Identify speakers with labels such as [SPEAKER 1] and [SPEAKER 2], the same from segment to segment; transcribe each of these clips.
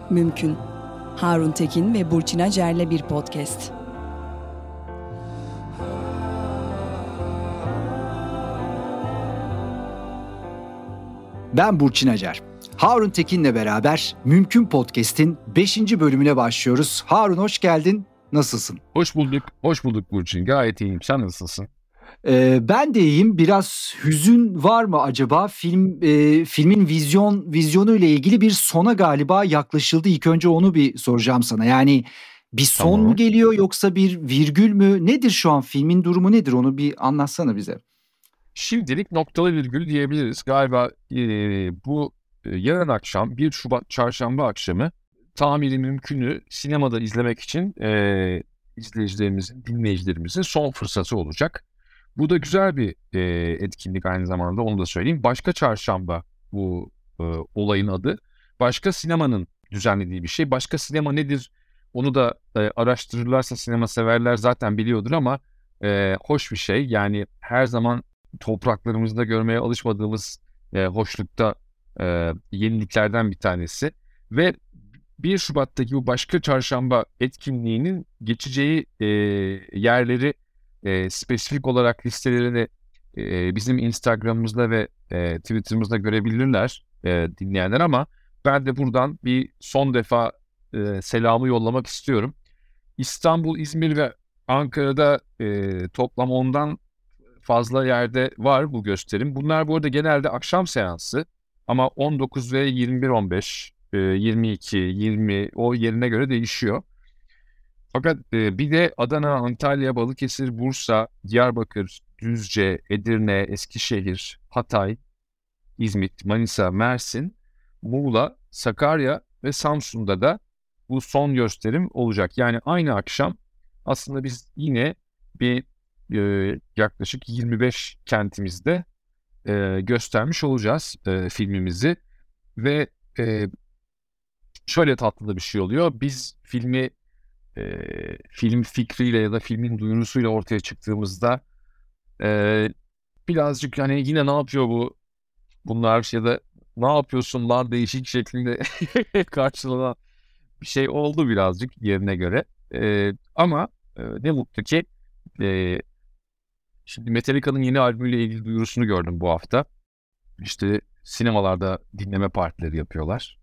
[SPEAKER 1] Mümkün. Harun Tekin ve Burçin Acer'le bir podcast.
[SPEAKER 2] Ben Burçin Acer. Harun Tekin'le beraber Mümkün Podcast'in 5. bölümüne başlıyoruz. Harun hoş geldin. Nasılsın?
[SPEAKER 3] Hoş bulduk. Hoş bulduk Burçin. Gayet iyiyim. Sen nasılsın?
[SPEAKER 2] Ben de iyiyim. Biraz hüzün var mı acaba? Filmin vizyonu ile ilgili bir sona galiba yaklaşıldı. İlk önce onu bir soracağım sana. Yani bir son mu geliyor yoksa bir virgül mü? Nedir şu an filmin durumu nedir? Onu bir anlatsana bize.
[SPEAKER 3] Şimdilik noktalı virgül diyebiliriz. Galiba bu yarın akşam 1 Şubat çarşamba akşamı tamiri mümkünü sinemada izlemek için izleyicilerimizin, dinleyicilerimizin son fırsatı olacak. Bu da güzel bir etkinlik aynı zamanda, onu da söyleyeyim. Başka Çarşamba bu olayın adı. Başka Sinema'nın düzenlediği bir şey. Başka Sinema nedir? Onu da araştırırlarsa sinema severler zaten biliyordur ama hoş bir şey. Yani her zaman topraklarımızda görmeye alışmadığımız hoşlukta yeniliklerden bir tanesi. Ve 1 Şubat'taki bu Başka Çarşamba etkinliğinin geçeceği yerleri spesifik olarak listelerini bizim Instagram'ımızda ve Twitter'ımızda görebilirler dinleyenler, ama ben de buradan bir son defa selamı yollamak istiyorum. İstanbul, İzmir ve Ankara'da toplam 10'dan fazla yerde var bu gösterim. Bunlar bu arada genelde akşam seansı ama 19 ve 21-15, 22, 20 o yerine göre değişiyor. Fakat bir de Adana, Antalya, Balıkesir, Bursa, Diyarbakır, Düzce, Edirne, Eskişehir, Hatay, İzmit, Manisa, Mersin, Muğla, Sakarya ve Samsun'da da bu son gösterim olacak. Yani aynı akşam aslında biz yine bir yaklaşık 25 kentimizde göstermiş olacağız filmimizi ve şöyle tatlı da bir şey oluyor. Biz film fikriyle ya da filmin duyurusuyla ortaya çıktığımızda birazcık hani yine ne yapıyor bunlar ya da ne yapıyorsun lan değişik şeklinde karşılanan bir şey oldu birazcık yerine göre. Ama ne mutlu ki şimdi Metallica'nın yeni albümüyle ilgili duyurusunu gördüm bu hafta. İşte sinemalarda dinleme partileri yapıyorlar.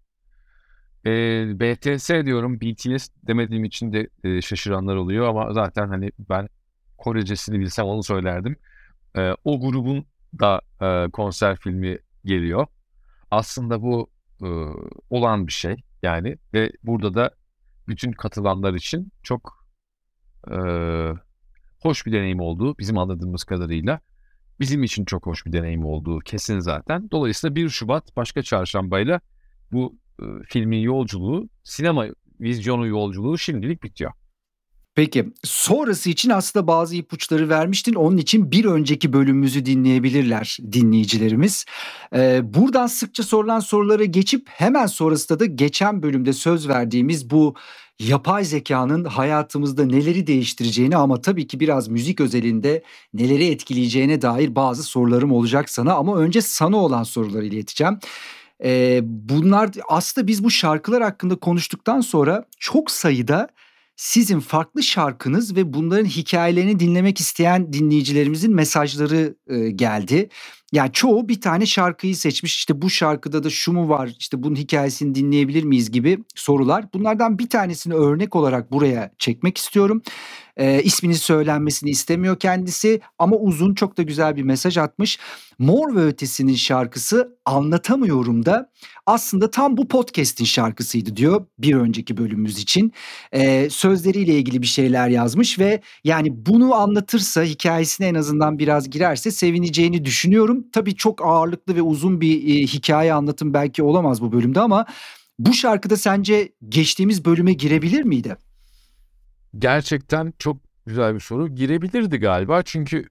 [SPEAKER 3] BTS diyorum, BTS demediğim için de şaşıranlar oluyor ama zaten hani ben Korecesini bilsem onu söylerdim. O grubun da konser filmi geliyor. Aslında bu olan bir şey yani ve burada da bütün katılanlar için çok e, hoş bir deneyim olduğu, bizim anladığımız kadarıyla bizim için çok hoş bir deneyim olduğu kesin zaten. Dolayısıyla 1 Şubat Başka Çarşambayla bu filmin yolculuğu, sinema vizyonu yolculuğu şimdilik bitiyor.
[SPEAKER 2] Peki sonrası için aslında bazı ipuçları vermiştin. Onun için bir önceki bölümümüzü dinleyebilirler dinleyicilerimiz. Buradan sıkça sorulan sorulara geçip hemen sonrasında da geçen bölümde söz verdiğimiz bu yapay zekanın hayatımızda neleri değiştireceğini ama tabii ki biraz müzik özelinde neleri etkileyeceğine dair bazı sorularım olacak sana. Ama önce sana olan soruları ileteceğim. Bunlar aslında biz bu şarkılar hakkında konuştuktan sonra çok sayıda sizin farklı şarkınız ve bunların hikayelerini dinlemek isteyen dinleyicilerimizin mesajları geldi. Yani çoğu bir tane şarkıyı seçmiş. İşte bu şarkıda da şu mu var? İşte bunun hikayesini dinleyebilir miyiz gibi sorular. Bunlardan bir tanesini örnek olarak buraya çekmek istiyorum. İsmini söylenmesini istemiyor kendisi ama uzun çok da güzel bir mesaj atmış. Mor ve Ötesi'nin şarkısı Anlatamıyorum da aslında tam bu podcast'in şarkısıydı diyor bir önceki bölümümüz için. Sözleriyle ilgili bir şeyler yazmış ve yani bunu anlatırsa hikayesine en azından biraz girerse sevineceğini düşünüyorum. Tabii çok ağırlıklı ve uzun bir hikaye anlatım belki olamaz bu bölümde ama bu şarkıda sence geçtiğimiz bölüme girebilir miydi?
[SPEAKER 3] Gerçekten çok güzel bir soru. Girebilirdi galiba çünkü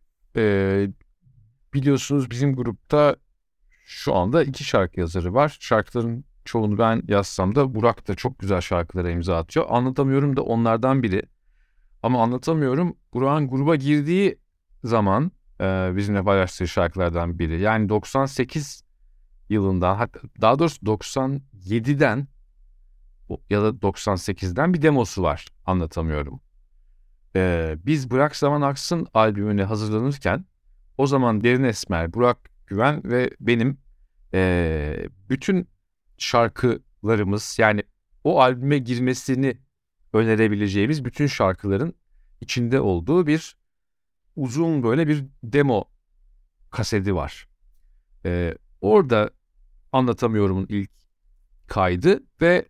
[SPEAKER 3] biliyorsunuz bizim grupta şu anda 2 şarkı yazarı var. Şarkıların çoğunu ben yazsam da Burak da çok güzel şarkılara imza atıyor. Anlatamıyorum da onlardan biri. Ama Anlatamıyorum Burak'ın gruba girdiği zaman bizimle paylaştığı şarkılardan biri. Yani 98 yılından, hatta daha doğrusu 97'den ya da 98'den bir demosu var, anlatamıyorum. Biz Bırak Zaman Aksın albümüne hazırlanırken o zaman Derin Esmer, Burak Güven ve benim bütün şarkılarımız, yani o albüme girmesini önerebileceğimiz bütün şarkıların içinde olduğu bir uzun böyle bir demo kaseti var. Orada Anlatamıyorum'un ilk kaydı ve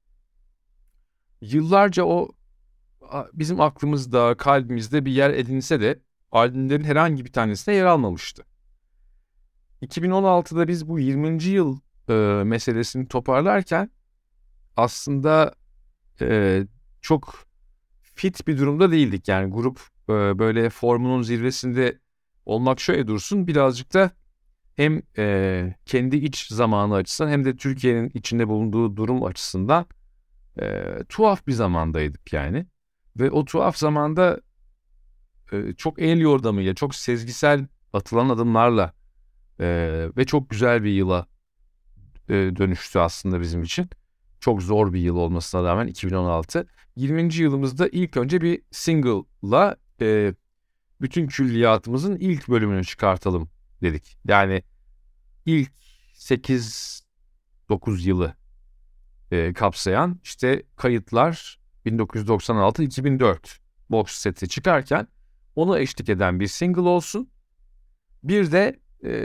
[SPEAKER 3] yıllarca o bizim aklımızda, kalbimizde bir yer edinse de albümlerin herhangi bir tanesine yer almamıştı. 2016'da biz bu 20. yıl meselesini toparlarken aslında çok fit bir durumda değildik. Yani grup böyle formunun zirvesinde olmak şöyle dursun, birazcık da hem kendi iç zamanı açısından hem de Türkiye'nin içinde bulunduğu durum açısından tuhaf bir zamandaydık yani. Ve o tuhaf zamanda çok el yordamıyla, çok sezgisel atılan adımlarla ve çok güzel bir yıla dönüştü aslında bizim için. Çok zor bir yıl olmasına rağmen 2016. 20. yılımızda ilk önce bir single'la bütün külliyatımızın ilk bölümünü çıkartalım dedik. Yani ilk 8-9 yılı kapsayan işte kayıtlar 1996-2004 box seti çıkarken ona eşlik eden bir single olsun. Bir de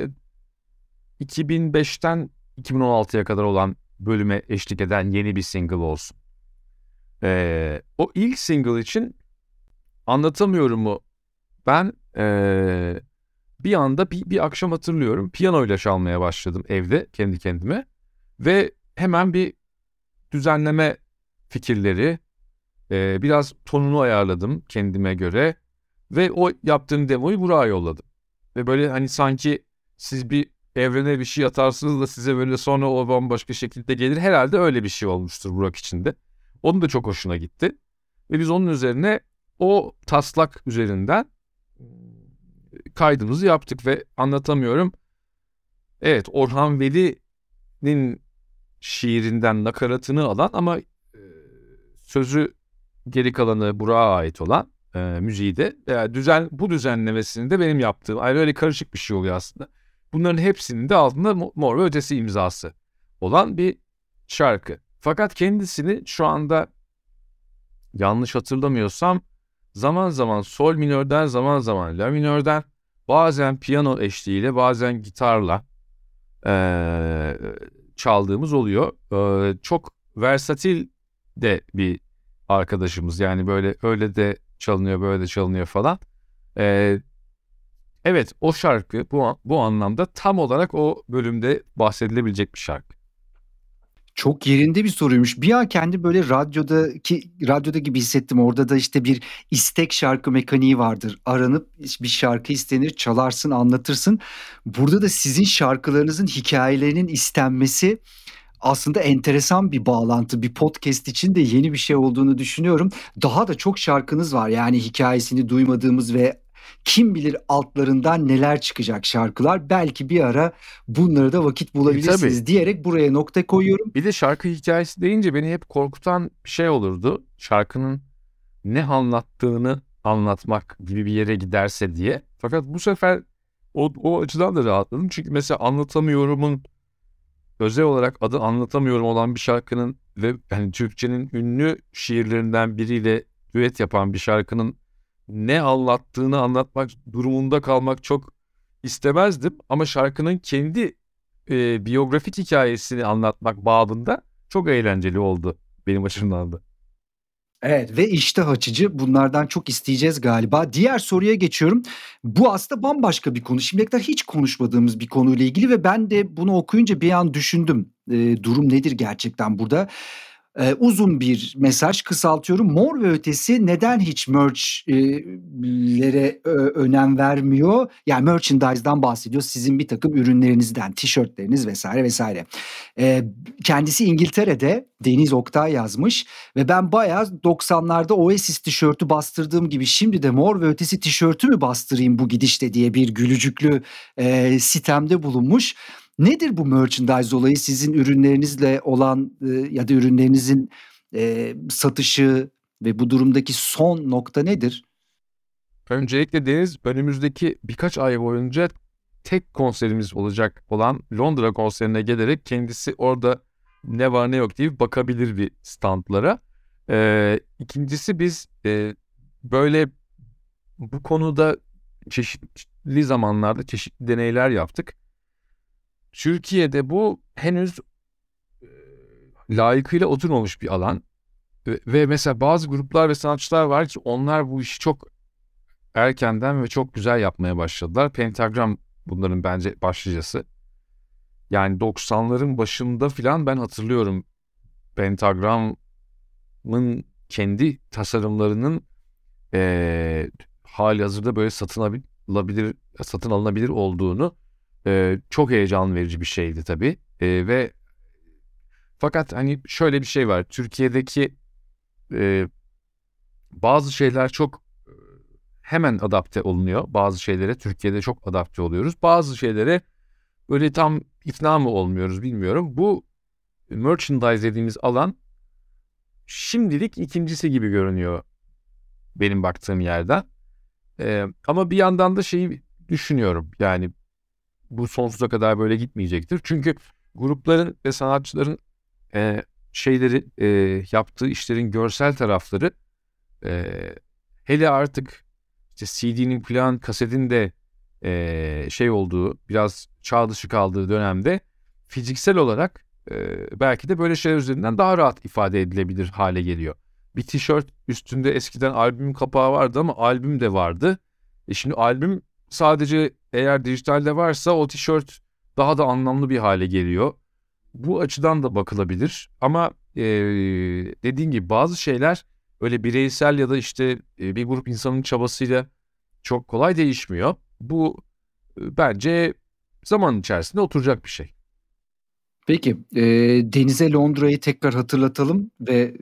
[SPEAKER 3] 2005'ten 2016'ya kadar olan bölüme eşlik eden yeni bir single olsun. O ilk single için Anlatamıyorum'u ben bir anda bir akşam hatırlıyorum, piyanoyla çalmaya başladım evde kendi kendime ve hemen bir düzenleme fikirleri, biraz tonunu ayarladım kendime göre ve o yaptığım demoyu Burak'a yolladım. Ve böyle hani sanki siz bir evrene bir şey atarsınız da size böyle sonra o bambaşka şekilde gelir. Herhalde öyle bir şey olmuştur Burak için de. Onun da çok hoşuna gitti. Ve biz onun üzerine o taslak üzerinden kaydımızı yaptık ve Anlatamıyorum. Evet, Orhan Veli'nin şiirinden nakaratını alan ama sözü geri kalanı Burak'a ait olan müziği de bu düzenlemesini de benim yaptığım. Ayrı öyle karışık bir şey oluyor aslında. Bunların hepsinin de altında Mor ve Ötesi imzası olan bir şarkı. Fakat kendisini şu anda yanlış hatırlamıyorsam zaman zaman sol minörden, zaman zaman la minörden, bazen piyano eşliğiyle, bazen gitarla çaldığımız oluyor. Çok versatil de bir arkadaşımız. Yani böyle öyle de çalınıyor, böyle de çalınıyor falan. Evet, o şarkı bu anlamda tam olarak o bölümde bahsedilebilecek bir şarkı.
[SPEAKER 2] Çok yerinde bir soruymuş. Bir an kendi böyle radyoda gibi hissettim. Orada da işte bir istek şarkı mekaniği vardır. Aranıp bir şarkı istenir, çalarsın, anlatırsın. Burada da sizin şarkılarınızın hikayelerinin istenmesi aslında enteresan bir bağlantı. Bir podcast için de yeni bir şey olduğunu düşünüyorum. Daha da çok şarkınız var. Yani hikayesini duymadığımız ve kim bilir altlarından neler çıkacak şarkılar. Belki bir ara bunlara da vakit bulabilirsiniz
[SPEAKER 3] Tabii.
[SPEAKER 2] diyerek buraya nokta koyuyorum.
[SPEAKER 3] Bir de şarkı hikayesi deyince beni hep korkutan bir şey olurdu. Şarkının ne anlattığını anlatmak gibi bir yere giderse diye. Fakat bu sefer o açıdan da rahatladım. Çünkü mesela Anlatamıyorum'un özel olarak adı Anlatamıyorum olan bir şarkının ve yani Türkçenin ünlü şiirlerinden biriyle düet yapan bir şarkının ne anlattığını anlatmak durumunda kalmak çok istemezdim. Ama şarkının kendi biyografik hikayesini anlatmak babında çok eğlenceli oldu benim açımdan da.
[SPEAKER 2] Evet ve iştah açıcı, bunlardan çok isteyeceğiz galiba. Diğer soruya geçiyorum. Bu aslında bambaşka bir konu. Şimdiye kadar hiç konuşmadığımız bir konuyla ilgili ve ben de bunu okuyunca bir an düşündüm. Durum nedir gerçekten burada? Uzun bir mesaj, kısaltıyorum. Mor ve Ötesi neden hiç merch'lere önem vermiyor? Yani merchandise'dan bahsediyor. Sizin bir takım ürünlerinizden, tişörtleriniz vesaire vesaire. Kendisi İngiltere'de, Deniz Oktay yazmış ve ben bayağı 90'larda Oasis tişörtü bastırdığım gibi şimdi de Mor ve Ötesi tişörtü mü bastırayım bu gidişte diye bir gülücüklü sitemde bulunmuş. Nedir bu merchandise olayı? Sizin ürünlerinizle olan ya da ürünlerinizin satışı ve bu durumdaki son nokta nedir?
[SPEAKER 3] Öncelikle Deniz, önümüzdeki birkaç ay boyunca tek konserimiz olacak olan Londra konserine gelerek kendisi orada ne var ne yok diye bakabilir bir standlara. İkincisi biz böyle bu konuda çeşitli zamanlarda çeşitli deneyler yaptık. Türkiye'de bu henüz layıkıyla oturmamış bir alan. Ve mesela bazı gruplar ve sanatçılar var ki onlar bu işi çok erkenden ve çok güzel yapmaya başladılar. Pentagram bunların bence başlıcası. Yani 90'ların başında filan ben hatırlıyorum Pentagram'ın kendi tasarımlarının halihazırda böyle satın alınabilir olduğunu, çok heyecan verici bir şeydi tabii. Ve fakat hani şöyle bir şey var. Türkiye'deki bazı şeyler çok hemen adapte olunuyor. Bazı şeylere Türkiye'de çok adapte oluyoruz. Bazı şeylere böyle tam ikna mı olmuyoruz bilmiyorum. Bu merchandise dediğimiz alan şimdilik ikincisi gibi görünüyor benim baktığım yerden. Ama bir yandan da şeyi düşünüyorum. Yani bu sonsuza kadar böyle gitmeyecektir. Çünkü grupların ve sanatçıların yaptığı işlerin görsel tarafları hele artık işte CD'nin falan kasetin de olduğu, biraz çağ dışı kaldığı dönemde fiziksel olarak belki de böyle şeyler üzerinden daha rahat ifade edilebilir hale geliyor. Bir tişört üstünde eskiden albüm kapağı vardı ama albüm de vardı. Şimdi albüm sadece eğer dijitalde varsa o tişört daha da anlamlı bir hale geliyor. Bu açıdan da bakılabilir ama dediğim gibi bazı şeyler öyle bireysel ya da işte bir grup insanın çabasıyla çok kolay değişmiyor. Bu bence zaman içerisinde oturacak bir şey.
[SPEAKER 2] Peki, Deniz'e Londra'yı tekrar hatırlatalım ve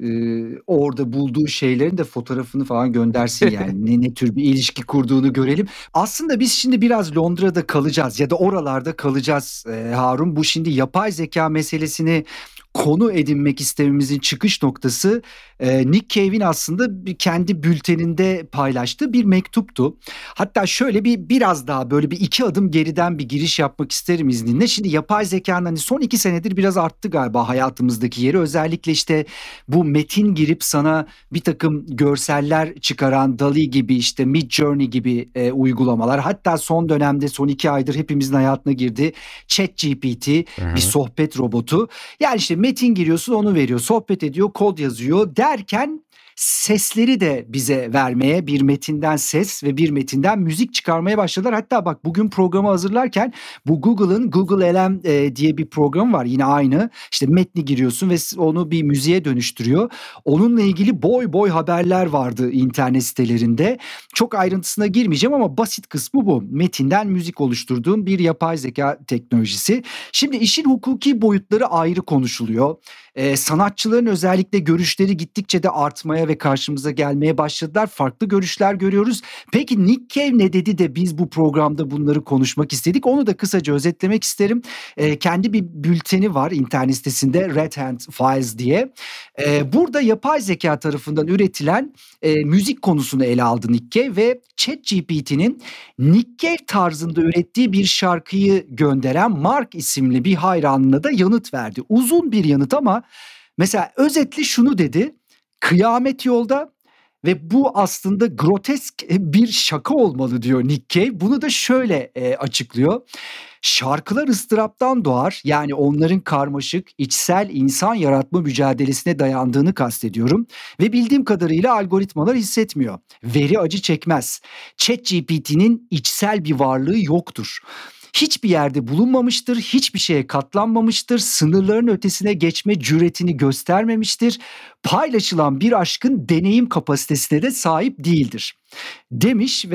[SPEAKER 2] orada bulduğu şeylerin de fotoğrafını falan göndersin yani. Ne tür bir ilişki kurduğunu görelim. Aslında biz şimdi biraz Londra'da kalacağız ya da oralarda kalacağız Harun. Bu şimdi yapay zeka meselesini konu edinmek istememizin çıkış noktası Nick Cave'in aslında kendi bülteninde paylaştığı bir mektuptu. Hatta şöyle biraz daha böyle bir 2 adım geriden bir giriş yapmak isterim izninle. Şimdi yapay zekanın hani son 2 senedir biraz arttı galiba hayatımızdaki yeri. Özellikle işte bu metin girip sana bir takım görseller çıkaran DALL-E gibi işte Midjourney gibi uygulamalar. Hatta son dönemde son 2 aydır hepimizin hayatına girdi ChatGPT, bir sohbet robotu. Yani işte metin giriyorsun, onu veriyor, sohbet ediyor, kod yazıyor derken sesleri de bize vermeye, bir metinden ses ve bir metinden müzik çıkarmaya başladılar. Hatta bak bugün programı hazırlarken bu Google'ın Google LM diye bir program var, yine aynı. İşte metni giriyorsun ve onu bir müziğe dönüştürüyor. Onunla ilgili boy boy haberler vardı internet sitelerinde. Çok ayrıntısına girmeyeceğim ama basit kısmı bu. Metinden müzik oluşturduğun bir yapay zeka teknolojisi. Şimdi işin hukuki boyutları ayrı konuşuluyor. Sanatçıların özellikle görüşleri gittikçe de artmaya ve karşımıza gelmeye başladılar. Farklı görüşler görüyoruz. Peki Nick Cave ne dedi de biz bu programda bunları konuşmak istedik? Onu da kısaca özetlemek isterim. Kendi bir bülteni var internet sitesinde, Red Hand Files diye. Burada yapay zeka tarafından üretilen müzik konusunu ele aldı Nick Cave ve ChatGPT'nin Nick Cave tarzında ürettiği bir şarkıyı gönderen Mark isimli bir hayranına da yanıt verdi. Uzun bir yanıt ama mesela özetle şunu dedi: kıyamet yolda ve bu aslında grotesk bir şaka olmalı diyor Nick Cave. Bunu da şöyle açıklıyor. Şarkılar ıstıraptan doğar, yani onların karmaşık, içsel insan yaratma mücadelesine dayandığını kastediyorum. Ve bildiğim kadarıyla algoritmalar hissetmiyor. Veri acı çekmez. ChatGPT'nin içsel bir varlığı yoktur. Hiçbir yerde bulunmamıştır, hiçbir şeye katlanmamıştır, sınırların ötesine geçme cüretini göstermemiştir. Paylaşılan bir aşkın deneyim kapasitesine de sahip değildir demiş ve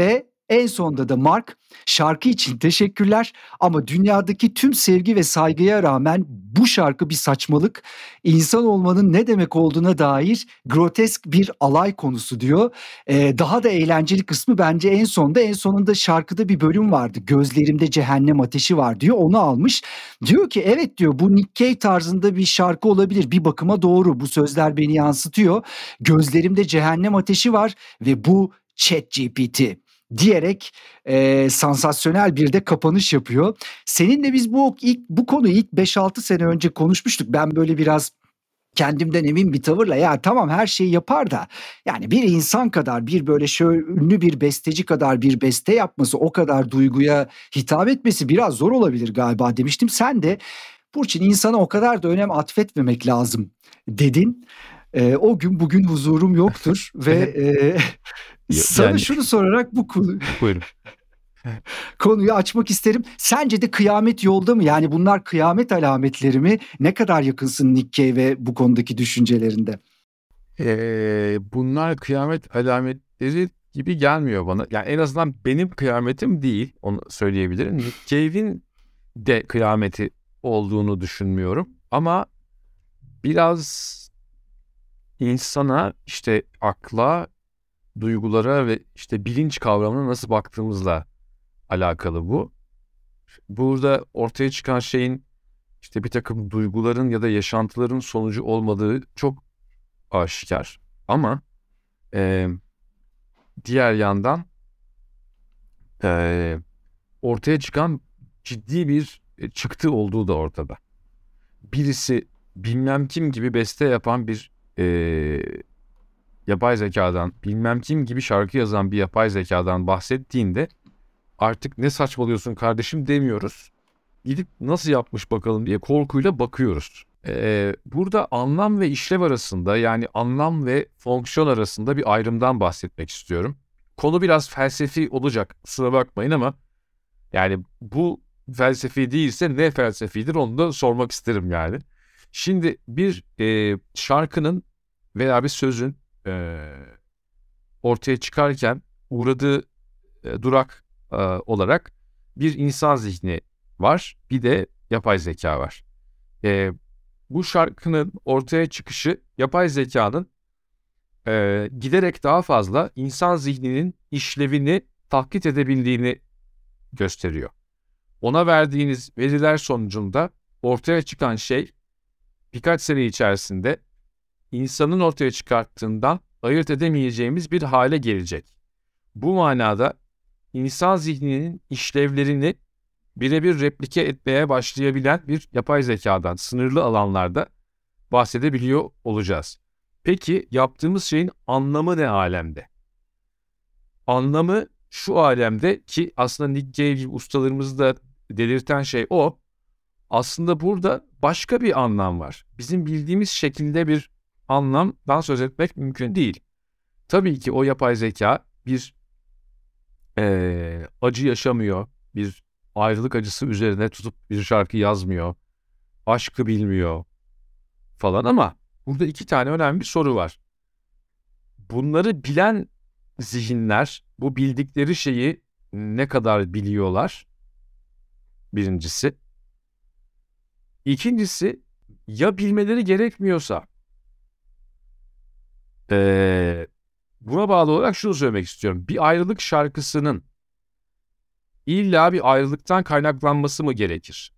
[SPEAKER 2] En sonda da Mark, şarkı için teşekkürler ama dünyadaki tüm sevgi ve saygıya rağmen bu şarkı bir saçmalık. İnsan olmanın ne demek olduğuna dair grotesk bir alay konusu diyor. Daha da eğlenceli kısmı bence en sonda. En sonunda şarkıda bir bölüm vardı. Gözlerimde cehennem ateşi var diyor. Onu almış. Diyor ki evet diyor, bu Nick Cave tarzında bir şarkı olabilir. Bir bakıma doğru. Bu sözler beni yansıtıyor. Gözlerimde cehennem ateşi var ve bu ChatGPT diyerek sansasyonel bir de kapanış yapıyor. Seninle biz bu konuyu ilk 5-6 sene önce konuşmuştuk. Ben böyle biraz kendimden emin bir tavırla, ya tamam her şeyi yapar da yani bir insan kadar, bir böyle şöyle ünlü bir besteci kadar bir beste yapması, o kadar duyguya hitap etmesi biraz zor olabilir galiba demiştim. Sen de Burçin, insana o kadar da önem atfetmemek lazım dedin. O gün bugün huzurum yoktur ve sana
[SPEAKER 3] Yani
[SPEAKER 2] şunu sorarak
[SPEAKER 3] buyurun.
[SPEAKER 2] konuyu açmak isterim. Sence de kıyamet yolda mı? Yani bunlar kıyamet alametleri mi? Ne kadar yakınsın Nick Cave'e bu konudaki düşüncelerinde?
[SPEAKER 3] Bunlar kıyamet alametleri gibi gelmiyor bana. Yani en azından benim kıyametim değil, onu söyleyebilirim. Nick Cave'in de kıyameti olduğunu düşünmüyorum. Ama biraz insana, işte akla, duygulara ve işte bilinç kavramına nasıl baktığımızla alakalı bu. Burada ortaya çıkan şeyin işte bir takım duyguların ya da yaşantıların sonucu olmadığı çok aşikar. Ama diğer yandan ortaya çıkan ciddi bir çıktı olduğu da ortada. Birisi bilmem kim gibi beste yapan bir yapay zekadan, bilmem kim gibi şarkı yazan bir yapay zekadan bahsettiğinde artık ne saçmalıyorsun kardeşim demiyoruz. Gidip nasıl yapmış bakalım diye korkuyla bakıyoruz. Burada anlam ve işlev arasında, yani anlam ve fonksiyon arasında bir ayrımdan bahsetmek istiyorum. Konu biraz felsefi olacak, kusura bakmayın, ama yani bu felsefi değilse ne felsefidir onu da sormak isterim yani. Şimdi bir şarkının veya bir sözün ortaya çıkarken uğradığı durak olarak bir insan zihni var, bir de yapay zeka var. Bu şarkının ortaya çıkışı yapay zekanın giderek daha fazla insan zihninin işlevini taklit edebildiğini gösteriyor. Ona verdiğiniz veriler sonucunda ortaya çıkan şey birkaç sene içerisinde insanın ortaya çıkarttığından ayırt edemeyeceğimiz bir hale gelecek. Bu manada insan zihninin işlevlerini birebir replike etmeye başlayabilen bir yapay zekadan sınırlı alanlarda bahsedebiliyor olacağız. Peki yaptığımız şeyin anlamı ne alemde? Anlamı şu alemde ki aslında Nick Cave gibi ustalarımızı da delirten şey o. Aslında burada başka bir anlam var. Bizim bildiğimiz şekilde bir anlamdan söz etmek mümkün değil. Tabii ki o yapay zeka bir acı yaşamıyor, bir ayrılık acısı üzerine tutup bir şarkı yazmıyor, aşkı bilmiyor falan, ama burada iki tane önemli bir soru var. Bunları bilen zihinler bu bildikleri şeyi ne kadar biliyorlar? Birincisi. İkincisi, ya bilmeleri gerekmiyorsa, buna bağlı olarak şunu söylemek istiyorum. Bir ayrılık şarkısının illa bir ayrılıktan kaynaklanması mı gerekir?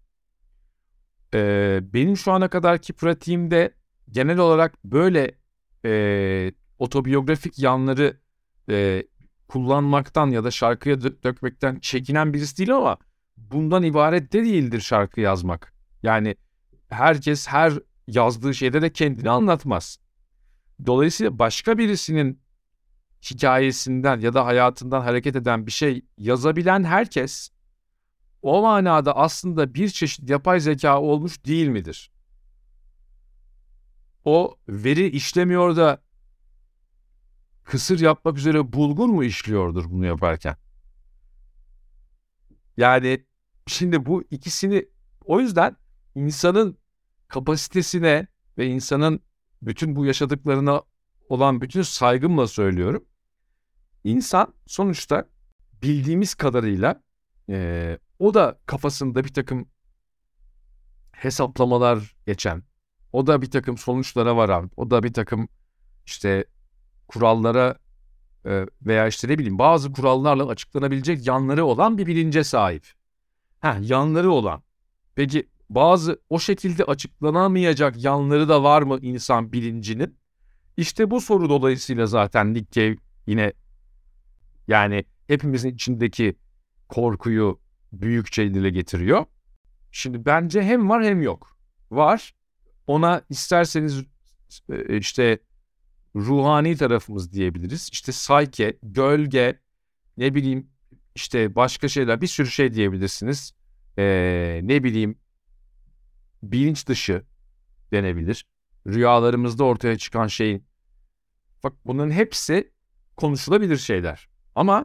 [SPEAKER 3] Benim şu ana kadarki pratiğimde genel olarak böyle otobiyografik yanları kullanmaktan ya da şarkıya dökmekten çekinen birisi değil, ama bundan ibaret de değildir şarkı yazmak. Yani herkes her yazdığı şeyde de kendini anlatmaz. Dolayısıyla başka birisinin hikayesinden ya da hayatından hareket eden bir şey yazabilen herkes o manada aslında bir çeşit yapay zeka olmuş değil midir? O veri işlemiyor da kısır yapmak üzere bulgur mu işliyordur bunu yaparken? Yani şimdi bu ikisini, o yüzden insanın kapasitesine ve insanın bütün bu yaşadıklarına olan bütün saygımla söylüyorum. İnsan sonuçta bildiğimiz kadarıyla o da kafasında bir takım hesaplamalar geçen, o da bir takım sonuçlara varan, o da bir takım işte kurallara veya işte ne bileyim bazı kurallarla açıklanabilecek yanları olan bir bilince sahip. Yanları olan. Peki bazı o şekilde açıklanamayacak yanları da var mı insan bilincinin? İşte bu soru dolayısıyla zaten Nick Cave yine yani hepimizin içindeki korkuyu büyükçe dile getiriyor. Şimdi bence hem var hem yok. Var. Ona isterseniz işte ruhani tarafımız diyebiliriz. İşte psyche, gölge, ne bileyim işte başka şeyler, bir sürü şey diyebilirsiniz. Ne bileyim bilinç dışı denebilir. Rüyalarımızda ortaya çıkan şeyin. Bak bunların hepsi konuşulabilir şeyler. Ama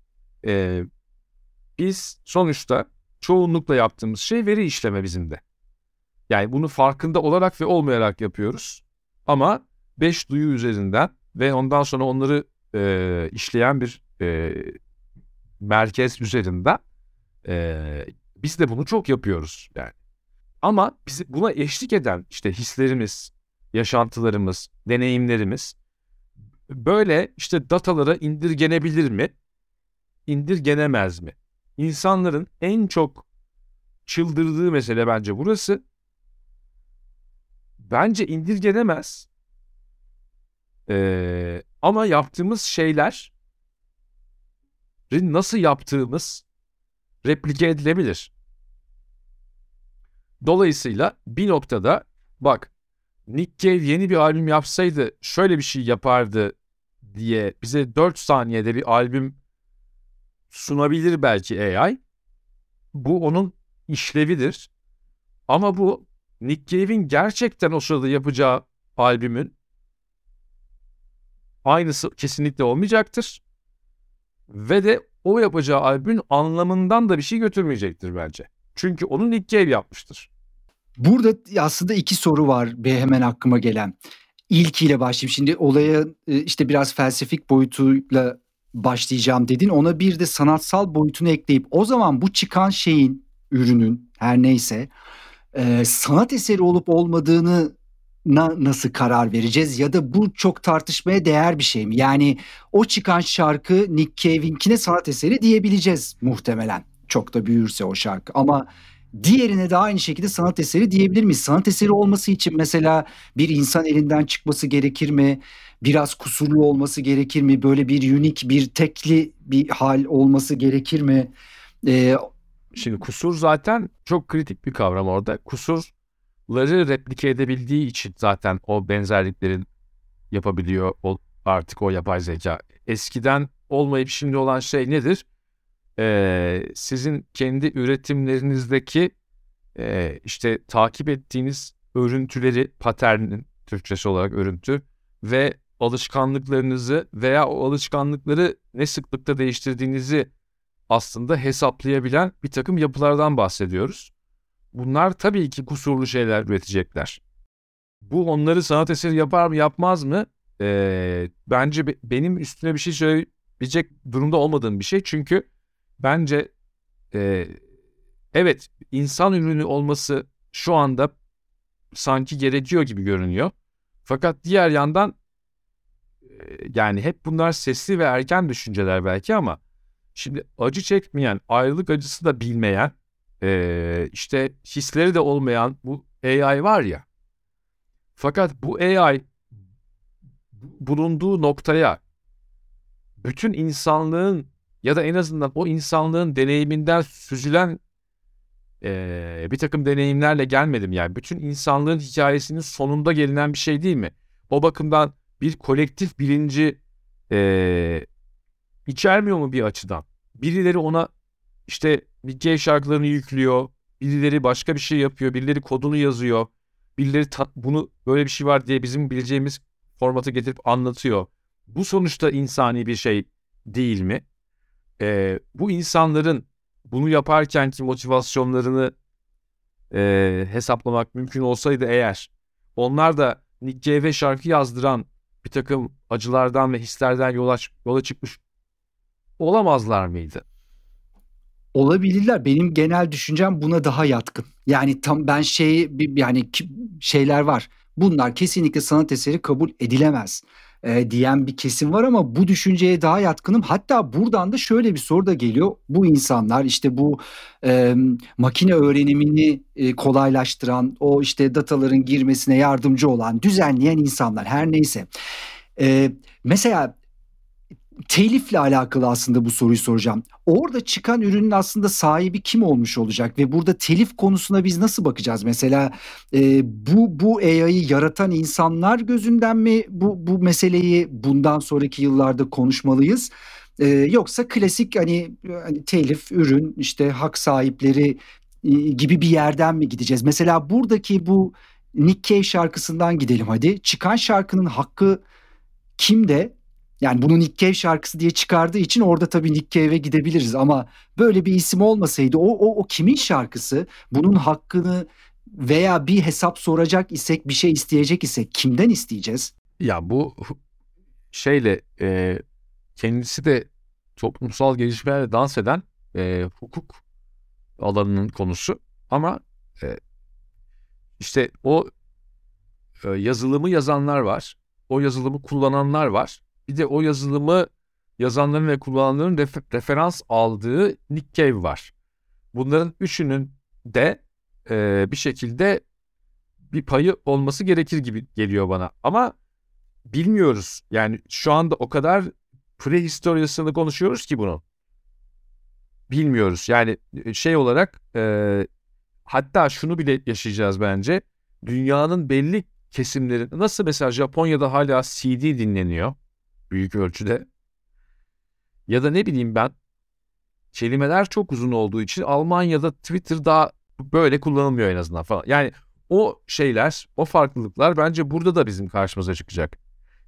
[SPEAKER 3] biz sonuçta çoğunlukla yaptığımız şey veri işleme bizim de. Yani bunu farkında olarak ve olmayarak yapıyoruz. Ama 5 duyu üzerinden ve ondan sonra onları işleyen bir merkez üzerinden biz de bunu çok yapıyoruz yani. Ama bizi buna eşlik eden işte hislerimiz, yaşantılarımız, deneyimlerimiz böyle işte datalara indirgenebilir mi? İndirgenemez mi? İnsanların en çok çıldırdığı mesele bence burası. Bence indirgenemez. Ama yaptığımız şeyler nasıl yaptığımız replike edilebilir. Dolayısıyla bir noktada bak Nick Cave yeni bir albüm yapsaydı şöyle bir şey yapardı diye bize 4 saniyede bir albüm sunabilir belki AI. Bu onun işlevidir. Ama bu Nick Cave'in gerçekten o sırada yapacağı albümün aynısı kesinlikle olmayacaktır. Ve de o yapacağı albümün anlamından da bir şey götürmeyecektir bence. Çünkü onu Nick Cave yapmıştır.
[SPEAKER 2] Burada aslında 2 soru var hemen aklıma gelen. İlkiyle başlayayım. Şimdi olaya işte biraz felsefik boyutuyla başlayacağım dedin. Ona bir de sanatsal boyutunu ekleyip o zaman bu çıkan şeyin, ürünün her neyse sanat eseri olup olmadığını nasıl karar vereceğiz? Ya da bu çok tartışmaya değer bir şey mi? Yani o çıkan şarkı Nick Cave'inkine sanat eseri diyebileceğiz muhtemelen. Çok da büyürse o şarkı. Ama diğerine de aynı şekilde sanat eseri diyebilir miyiz? Sanat eseri olması için mesela bir insan elinden çıkması gerekir mi? Biraz kusurlu olması gerekir mi? Böyle bir unik, bir tekli bir hal olması gerekir mi?
[SPEAKER 3] Şimdi kusur zaten çok kritik bir kavram orada. Kusurları replike edebildiği için zaten o benzerliklerin yapabiliyor artık o yapay zeka. Eskiden olmayıp şimdi olan şey nedir? Sizin kendi üretimlerinizdeki işte takip ettiğiniz örüntüleri, paternin Türkçesi olarak örüntü ve alışkanlıklarınızı veya o alışkanlıkları ne sıklıkta değiştirdiğinizi aslında hesaplayabilen bir takım yapılardan bahsediyoruz. Bunlar tabii ki kusurlu şeyler üretecekler. Bu onları sanat eseri yapar mı yapmaz mı? Bence benim üstüne bir şey söyleyebilecek durumda olmadığım bir şey. Çünkü bence evet insan ürünü olması şu anda sanki gerekiyor gibi görünüyor. Fakat diğer yandan yani hep bunlar sesli ve erken düşünceler belki ama şimdi acı çekmeyen, ayrılık acısı da bilmeyen, işte hisleri de olmayan bu AI var ya. Fakat bu AI bulunduğu noktaya bütün insanlığın ya da en azından o insanlığın deneyiminden süzülen bir takım deneyimlerle gelmedim yani. Bütün insanlığın hikayesinin sonunda gelinen bir şey değil mi? O bakımdan bir kolektif bilinci içermiyor mu bir açıdan? Birileri ona işte Nick şarkılarını yüklüyor, birileri başka bir şey yapıyor, birileri kodunu yazıyor, birileri bunu böyle bir şey var diye bizim bileceğimiz formatı getirip anlatıyor. Bu sonuçta insani bir şey değil mi? Bu insanların bunu yaparkenki motivasyonlarını hesaplamak mümkün olsaydı eğer, onlar da Nick Cave'e şarkı yazdıran bir takım acılardan ve hislerden yola çıkmış olamazlar mıydı?
[SPEAKER 2] Olabilirler. Benim genel düşüncem buna daha yatkın. Yani tam ben şeyler var. Bunlar kesinlikle sanat eseri kabul edilemez diyen bir kesim var ama bu düşünceye daha yatkınım. Hatta buradan da şöyle bir soru da geliyor. Bu insanlar işte bu e, makine öğrenimini kolaylaştıran, o işte dataların girmesine yardımcı olan, düzenleyen insanlar her neyse. Mesela telifle alakalı aslında bu soruyu soracağım. Orada çıkan ürünün aslında sahibi kim olmuş olacak ve burada telif konusuna biz nasıl bakacağız? Mesela bu AI'yı yaratan insanlar gözünden mi bu meseleyi bundan sonraki yıllarda konuşmalıyız? Yoksa klasik hani telif, ürün, işte hak sahipleri gibi bir yerden mi gideceğiz? Mesela buradaki bu Nick Cave şarkısından gidelim hadi. Çıkan şarkının hakkı kimde? Yani bunu Nick Cave şarkısı diye çıkardığı için orada tabii Nick Cave'e gidebiliriz ama böyle bir isim olmasaydı o kimin şarkısı? Bunun hakkını veya bir hesap soracak isek, bir şey isteyecek isek kimden isteyeceğiz?
[SPEAKER 3] Ya bu şeyle kendisi de toplumsal gelişmelerle dans eden hukuk alanının konusu. Ama işte o yazılımı yazanlar var. O yazılımı kullananlar var. Bir de o yazılımı yazanların ve kullananların referans aldığı Nick Cave var. Bunların üçünün de bir şekilde bir payı olması gerekir gibi geliyor bana. Ama bilmiyoruz. Yani şu anda o kadar prehistoryasını konuşuyoruz ki bunu. Bilmiyoruz. Yani şey olarak hatta şunu bile yaşayacağız bence. Dünyanın belli kesimleri nasıl mesela Japonya'da hala CD dinleniyor büyük ölçüde. Ya da ne bileyim ben kelimeler çok uzun olduğu için Almanya'da Twitter daha böyle kullanılmıyor en azından falan. Yani o şeyler, o farklılıklar bence burada da bizim karşımıza çıkacak.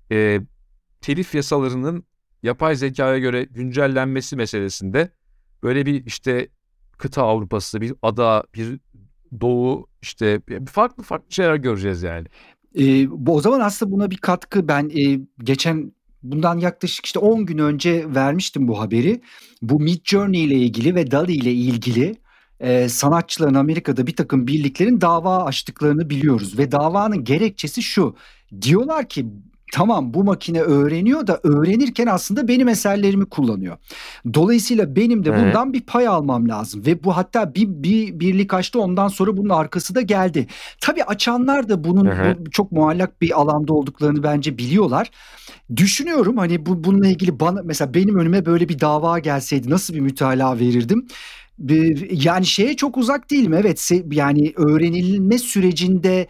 [SPEAKER 3] Telif yasalarının yapay zekaya göre güncellenmesi meselesinde böyle bir işte kıta Avrupası, bir ada, bir doğu işte farklı şeyler göreceğiz yani.
[SPEAKER 2] O zaman aslında buna bir katkı ben geçen bundan yaklaşık işte 10 gün önce vermiştim bu haberi. Bu Midjourney ile ilgili ve DALL-E ile ilgili sanatçıların Amerika'da bir takım birliklerin dava açtıklarını biliyoruz. Ve davanın gerekçesi şu. Diyorlar ki tamam bu makine öğreniyor da öğrenirken aslında benim eserlerimi kullanıyor. Dolayısıyla benim de
[SPEAKER 3] Hı
[SPEAKER 2] bundan bir pay almam lazım. Ve bu hatta bir birlik açtı, ondan sonra bunun arkası da geldi. Tabii açanlar da
[SPEAKER 3] hı.
[SPEAKER 2] bu çok muallak bir alanda olduklarını bence biliyorlar. Düşünüyorum hani bununla ilgili bana mesela benim önüme böyle bir dava gelseydi nasıl bir mütalaa verirdim? Yani şeye çok uzak değilim. Evet, yani öğrenilme sürecinde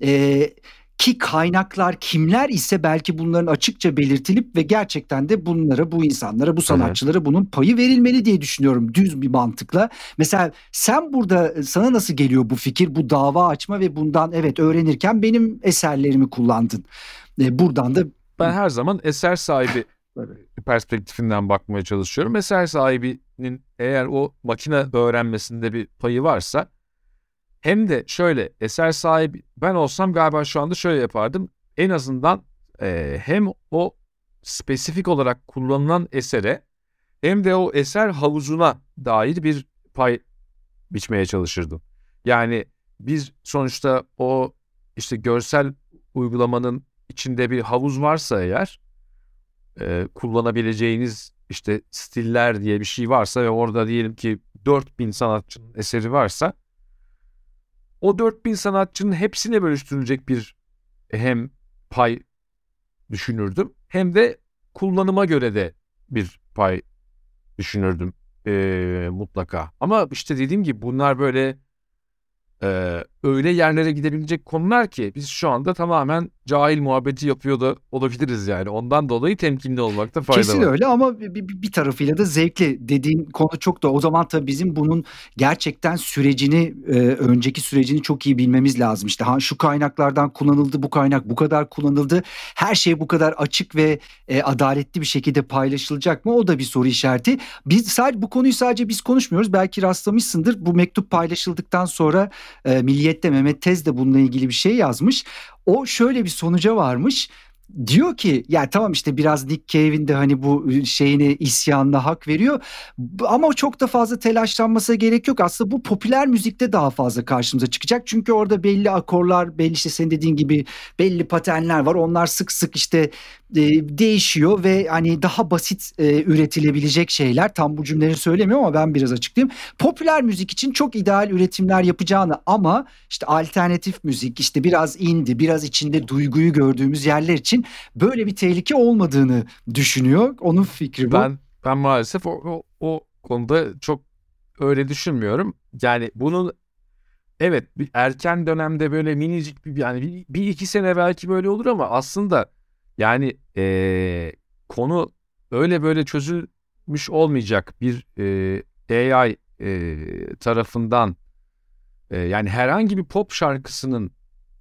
[SPEAKER 2] ki kaynaklar kimler ise belki bunların açıkça belirtilip ve gerçekten de bunlara, bu insanlara, bu
[SPEAKER 3] Hı hı.
[SPEAKER 2] sanatçılara bunun payı verilmeli diye düşünüyorum düz bir mantıkla. Mesela sen burada sana nasıl geliyor bu fikir, bu dava açma ve bundan evet öğrenirken benim eserlerimi kullandın. Buradan da
[SPEAKER 3] Ben her zaman eser sahibi
[SPEAKER 2] evet.
[SPEAKER 3] perspektifinden bakmaya çalışıyorum. Eser sahibinin eğer o makine öğrenmesinde bir payı varsa hem de şöyle eser sahibi ben olsam galiba şu anda şöyle yapardım. En azından hem o spesifik olarak kullanılan esere hem de o eser havuzuna dair bir pay biçmeye çalışırdım. Yani biz sonuçta o işte görsel uygulamanın içinde bir havuz varsa eğer kullanabileceğiniz işte stiller diye bir şey varsa ve orada diyelim ki 4000 sanatçının eseri varsa o 4000 sanatçının hepsine bölüştürülecek bir hem pay düşünürdüm hem de kullanıma göre de bir pay düşünürdüm mutlaka. Ama işte dediğim gibi bunlar böyle öyle yerlere gidebilecek konular ki biz şu anda tamamen cahil muhabbeti yapıyor da olabiliriz yani. Ondan dolayı temkinli olmakta fayda
[SPEAKER 2] Kesin
[SPEAKER 3] var.
[SPEAKER 2] öyle ama bir tarafıyla da zevkli. Dediğin konu çok da o zaman tabii bizim bunun gerçekten sürecini, önceki sürecini çok iyi bilmemiz lazım. İşte şu kaynaklardan kullanıldı, bu kaynak bu kadar kullanıldı. Her şey bu kadar açık ve adaletli bir şekilde paylaşılacak mı? O da bir soru işareti. Bu konuyu sadece biz konuşmuyoruz. Belki rastlamışsındır. Bu mektup paylaşıldıktan sonra Milliyet'te Mehmet Tez de bununla ilgili bir şey yazmış. O şöyle bir sonuca varmış. Diyor ki ya tamam işte biraz Nick Cave'in de hani bu şeyine isyanına hak veriyor. Ama çok da fazla telaşlanmasına gerek yok. Aslında bu popüler müzikte daha fazla karşımıza çıkacak. Çünkü orada belli akorlar, belli işte senin dediğin gibi belli paternler var. Onlar sık sık işte değişiyor ve hani daha basit üretilebilecek şeyler. Tam bu cümleleri söylemiyorum ama ben biraz açıklayayım. Popüler müzik için çok ideal üretimler yapacağını ama işte alternatif müzik, işte biraz indie, biraz içinde duyguyu gördüğümüz yerler için böyle bir tehlike olmadığını düşünüyor. Onun fikri bu.
[SPEAKER 3] Ben maalesef o konuda çok öyle düşünmüyorum. Yani bunun evet bir erken dönemde böyle minicik yani bir iki sene belki böyle olur ama aslında yani konu öyle böyle çözülmüş olmayacak bir AI tarafından yani herhangi bir pop şarkısının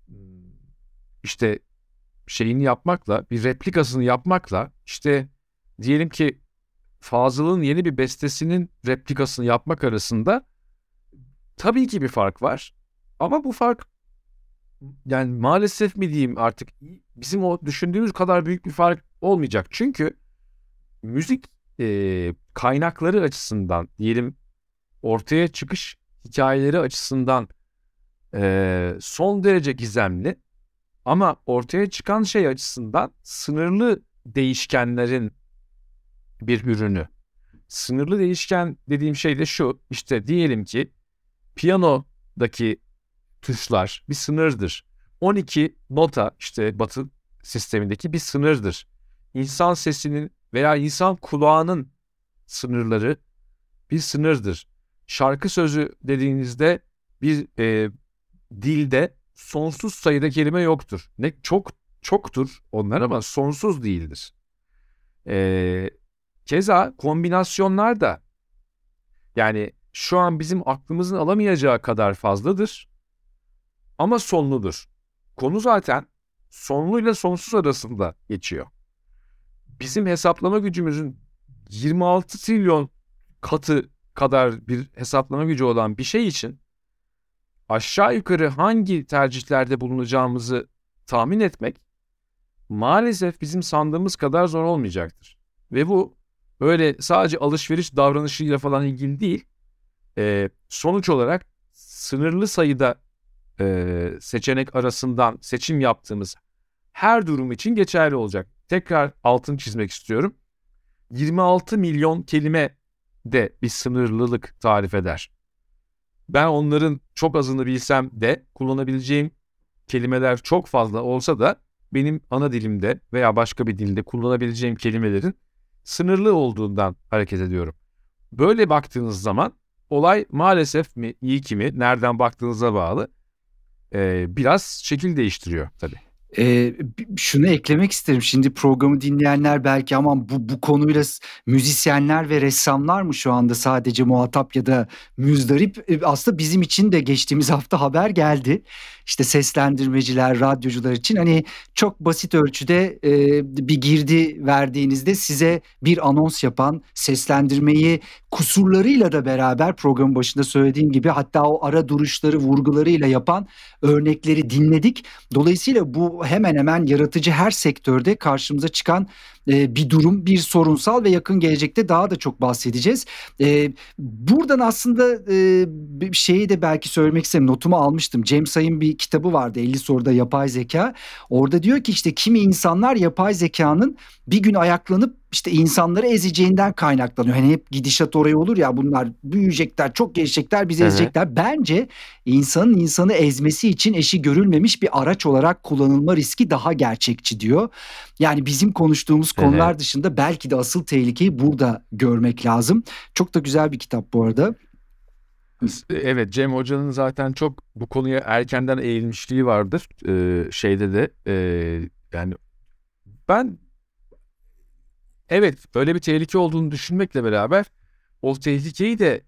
[SPEAKER 3] işte şeyini yapmakla bir replikasını yapmakla işte diyelim ki Fazıl'ın yeni bir bestesinin replikasını yapmak arasında tabii ki bir fark var. Ama bu fark yani maalesef mi diyeyim artık bizim o düşündüğümüz kadar büyük bir fark olmayacak. Çünkü müzik kaynakları açısından diyelim ortaya çıkış hikayeleri açısından son derece gizemli ama ortaya çıkan şey açısından sınırlı değişkenlerin bir ürünü. Sınırlı değişken dediğim şey de şu işte diyelim ki piyanodaki tuşlar bir sınırdır. 12 nota işte Batı sistemindeki bir sınırdır. İnsan sesinin veya insan kulağının sınırları bir sınırdır. Şarkı sözü dediğinizde bir dilde sonsuz sayıda kelime yoktur. Ne çoktur onlar ama sonsuz değildir. Keza kombinasyonlar da yani şu an bizim aklımızın alamayacağı kadar fazladır ama sonludur. Konu zaten sonluyla sonsuz arasında geçiyor. Bizim hesaplama gücümüzün 26 trilyon katı kadar bir hesaplama gücü olan bir şey için aşağı yukarı hangi tercihlerde bulunacağımızı tahmin etmek maalesef bizim sandığımız kadar zor olmayacaktır. Ve bu öyle sadece alışveriş davranışıyla falan ilgili değil, sonuç olarak sınırlı sayıda seçenek arasından seçim yaptığımız her durum için geçerli olacak. Tekrar altını çizmek istiyorum. 26 milyon kelime de bir sınırlılık tarif eder. Ben onların çok azını bilsem de kullanabileceğim kelimeler çok fazla olsa da benim ana dilimde veya başka bir dilde kullanabileceğim kelimelerin sınırlı olduğundan hareket ediyorum. Böyle baktığınız zaman olay maalesef mi iyi ki mi nereden baktığınıza bağlı biraz şekil değiştiriyor tabii.
[SPEAKER 2] Şunu eklemek isterim. Şimdi programı dinleyenler belki aman bu konuyla müzisyenler ve ressamlar mı şu anda sadece muhatap ya da müzdarip? Aslında bizim için de geçtiğimiz hafta haber geldi. İşte seslendirmeciler, radyocular için hani çok basit ölçüde bir girdi verdiğinizde size bir anons yapan, seslendirmeyi kusurlarıyla da beraber programın başında söylediğim gibi hatta o ara duruşları, vurgularıyla yapan örnekleri dinledik. Dolayısıyla bu hemen hemen yaratıcı her sektörde karşımıza çıkan bir durum, bir sorunsal ve yakın gelecekte daha da çok bahsedeceğiz. Buradan aslında bir şeyi de belki söylemek isterim. Notumu almıştım. James Ay'ın bir kitabı vardı 50 soruda yapay zeka. Orada diyor ki işte kimi insanlar yapay zekanın bir gün ayaklanıp işte insanları ezeceğinden kaynaklanıyor. Hani hep gidişat oraya olur ya bunlar büyüyecekler, çok gelişecekler, bizi ezecekler. Bence insanın insanı ezmesi için eşi görülmemiş bir araç olarak kullanılma riski daha gerçekçi diyor. Yani bizim konuştuğumuz konular dışında belki de asıl tehlikeyi burada görmek lazım. Çok da güzel bir kitap bu arada.
[SPEAKER 3] Evet, Cem Hoca'nın zaten çok bu konuya erkenden eğilmişliği vardır. Şeyde de yani ben evet böyle bir tehlike olduğunu düşünmekle beraber o tehlikeyi de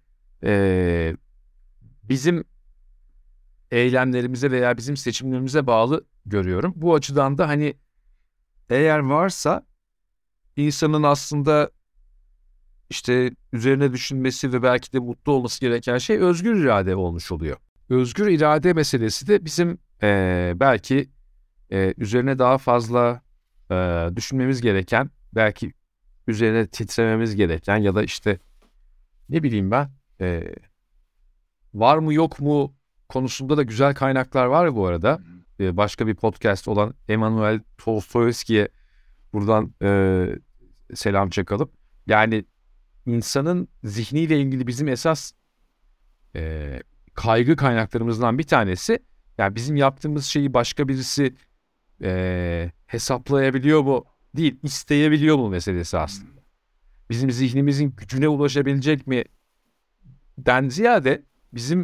[SPEAKER 3] bizim eylemlerimize veya bizim seçimlerimize bağlı görüyorum. Bu açıdan da hani eğer varsa insanın aslında işte üzerine düşünmesi ve belki de mutlu olması gereken şey özgür irade olmuş oluyor. Özgür irade meselesi de bizim belki üzerine daha fazla düşünmemiz gereken, belki üzerine titrememiz gereken ya da işte ne bileyim ben var mı yok mu konusunda da güzel kaynaklar var bu arada. Başka bir podcast olan Emanuel Tolstoyski'ye buradan selam çakalım. Yani insanın zihniyle ilgili bizim esas kaygı kaynaklarımızdan bir tanesi, yani bizim yaptığımız şeyi başka birisi hesaplayabiliyor mu değil, isteyebiliyor mu meselesi aslında. Bizim zihnimizin gücüne ulaşabilecek mi den ziyade bizim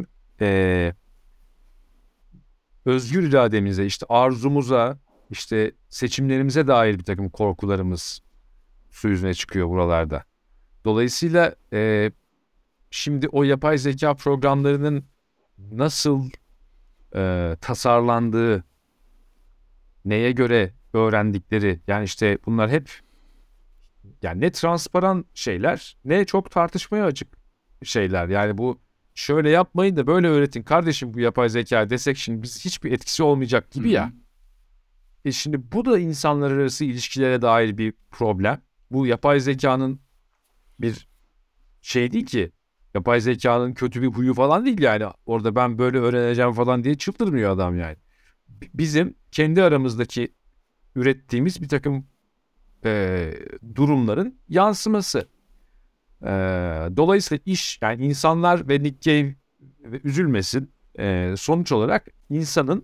[SPEAKER 3] özgür irademize, işte arzumuza, işte seçimlerimize dair bir takım korkularımız su yüzüne çıkıyor buralarda. Dolayısıyla şimdi o yapay zeka programlarının nasıl tasarlandığı, neye göre öğrendikleri, yani işte bunlar hep yani ne transparan şeyler, ne çok tartışmaya açık şeyler. Yani bu şöyle yapmayın da böyle öğretin kardeşim bu yapay zeka desek şimdi biz hiçbir etkisi olmayacak gibi ya. Şimdi bu da insanlar arası ilişkilere dair bir problem. Bu yapay zekanın bir şey değil ki. Yapay zekanın kötü bir huyu falan değil yani. Orada ben böyle öğreneceğim falan diye çıldırmıyor adam yani. Bizim kendi aramızdaki ürettiğimiz bir takım durumların yansıması. Dolayısıyla iş, yani insanlar ve Nick Cave üzülmesin. Sonuç olarak insanın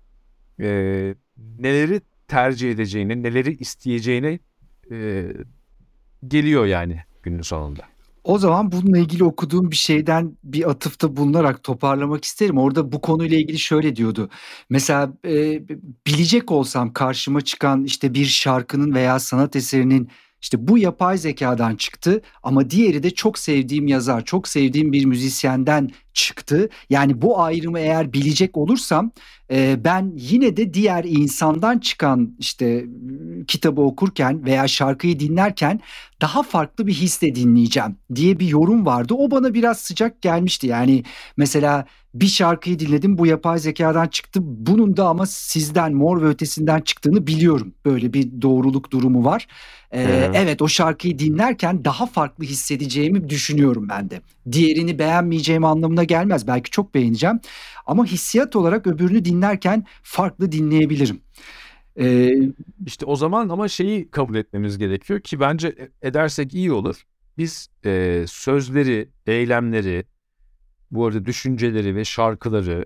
[SPEAKER 3] neleri tercih edeceğini, neleri isteyeceğini geliyor yani günün sonunda.
[SPEAKER 2] O zaman bununla ilgili okuduğum bir şeyden bir atıfta bulunarak toparlamak isterim. Orada bu konuyla ilgili şöyle diyordu. Mesela bilecek olsam karşıma çıkan işte bir şarkının veya sanat eserinin işte bu yapay zekadan çıktı ama diğeri de çok sevdiğim yazar, çok sevdiğim bir müzisyenden çıktı. Yani bu ayrımı eğer bilecek olursam ben yine de diğer insandan çıkan işte kitabı okurken veya şarkıyı dinlerken daha farklı bir hisle dinleyeceğim diye bir yorum vardı. O bana biraz sıcak gelmişti. Yani mesela bir şarkıyı dinledim, bu yapay zekadan çıktı. Bunun da ama sizden, Mor ve Ötesi'nden çıktığını biliyorum. Böyle bir doğruluk durumu var. Evet, o şarkıyı dinlerken daha farklı hissedeceğimi düşünüyorum ben de. Diğerini beğenmeyeceğim anlamına gelmez. Belki çok beğeneceğim. Ama hissiyat olarak öbürünü dinlerken farklı dinleyebilirim.
[SPEAKER 3] İşte o zaman ama şeyi kabul etmemiz gerekiyor ki bence edersek iyi olur. Biz sözleri, eylemleri, bu arada düşünceleri ve şarkıları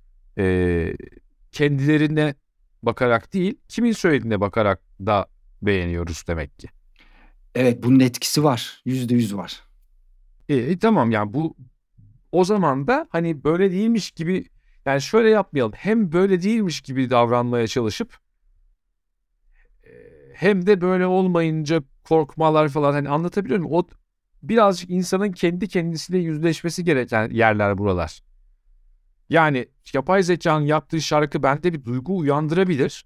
[SPEAKER 3] kendilerine bakarak değil, kimin söylediğine bakarak da beğeniyoruz demek ki.
[SPEAKER 2] Evet, bunun etkisi var. %100 var.
[SPEAKER 3] Tamam yani bu o zaman da hani böyle değilmiş gibi, yani şöyle yapmayalım. Hem böyle değilmiş gibi davranmaya çalışıp hem de böyle olmayınca korkmalar falan, hani anlatabiliyor muyum? O birazcık insanın kendi kendisiyle yüzleşmesi gereken yerler buralar. Yani yapay zekanın yaptığı şarkı bende bir duygu uyandırabilir.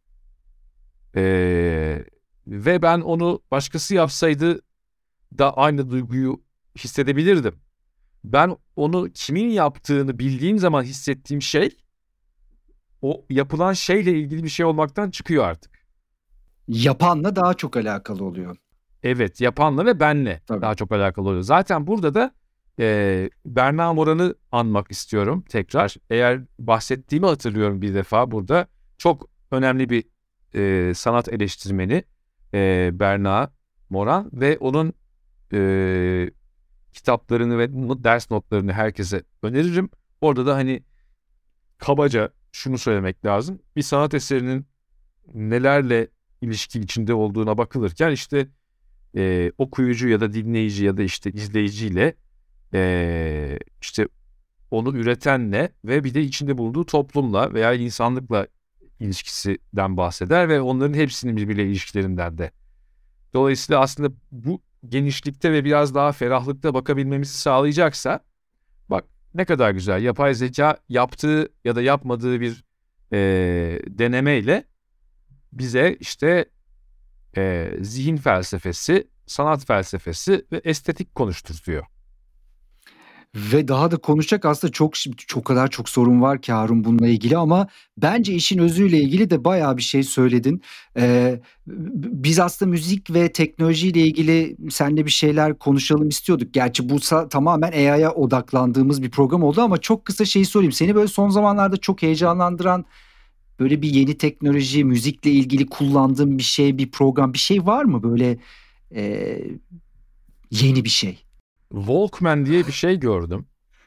[SPEAKER 3] Ve ben onu başkası yapsaydı da aynı duyguyu hissedebilirdim. Ben onu kimin yaptığını bildiğim zaman hissettiğim şey, o yapılan şeyle ilgili bir şey olmaktan çıkıyor artık.
[SPEAKER 2] Yapanla daha çok alakalı oluyor.
[SPEAKER 3] Evet, yapanla ve benle
[SPEAKER 2] Tabii.
[SPEAKER 3] daha çok alakalı oluyor. Zaten burada da Berna Moran'ı anmak istiyorum tekrar. Eğer bahsettiğimi hatırlıyorum bir defa burada. Çok önemli bir sanat eleştirmeni Berna Moran ve onun kitaplarını ve ders notlarını herkese öneririm. Orada da hani kabaca şunu söylemek lazım. Bir sanat eserinin nelerle ilişki içinde olduğuna bakılırken işte okuyucu ya da dinleyici ya da işte izleyiciyle işte onu üretenle ve bir de içinde bulunduğu toplumla veya insanlıkla ilişkisinden bahseder ve onların hepsinin birbiriyle ilişkilerinden de. Dolayısıyla aslında bu genişlikte ve biraz daha ferahlıkta bakabilmemizi sağlayacaksa, bak ne kadar güzel, yapay zeka yaptığı ya da yapmadığı bir denemeyle bize işte zihin felsefesi, sanat felsefesi ve estetik konuşturuyor.
[SPEAKER 2] Ve daha da konuşacak aslında çok kadar çok sorun var ki Harun bununla ilgili ama bence işin özüyle ilgili de bayağı bir şey söyledin. Biz aslında müzik ve teknolojiyle ilgili seninle bir şeyler konuşalım istiyorduk. Gerçi bu tamamen AI'ya odaklandığımız bir program oldu ama çok kısa şeyi sorayım. Seni böyle son zamanlarda çok heyecanlandıran böyle bir yeni teknoloji, müzikle ilgili kullandığın bir şey, bir program, bir şey var mı böyle eee, yeni bir şey?
[SPEAKER 3] Walkman diye bir şey gördüm.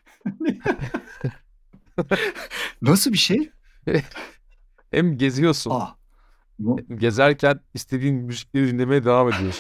[SPEAKER 2] Nasıl bir şey?
[SPEAKER 3] Hem geziyorsun,
[SPEAKER 2] Ah, bu-
[SPEAKER 3] gezerken istediğin müzikleri dinlemeye devam ediyorsun.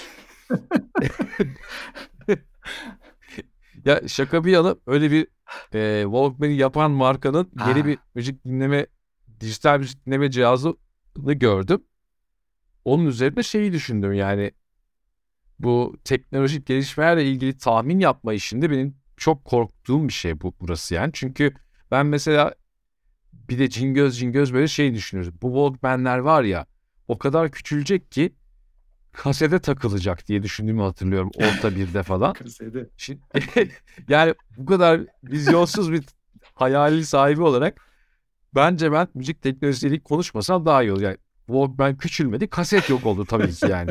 [SPEAKER 3] Ya şaka bir yana öyle bir Walkman'i yapan markanın yeni bir dijital müzik dinleme cihazını gördüm. Onun üzerine şeyi düşündüm yani bu teknolojik gelişmelerle ilgili tahmin yapma işinde benim çok korktuğum bir şey burası yani. Çünkü ben mesela bir de cingöz böyle şey düşünüyorum. Bu Walkman'ler var ya o kadar küçülecek ki kasete takılacak diye düşündüğümü hatırlıyorum orta birde falan.
[SPEAKER 2] Kasede.
[SPEAKER 3] Şimdi, yani bu kadar vizyonsuz bir hayali sahibi olarak bence ben müzik teknolojisiyle konuşmasam daha iyi olur. Yani Walkman küçülmedi, kaset yok oldu tabii ki yani.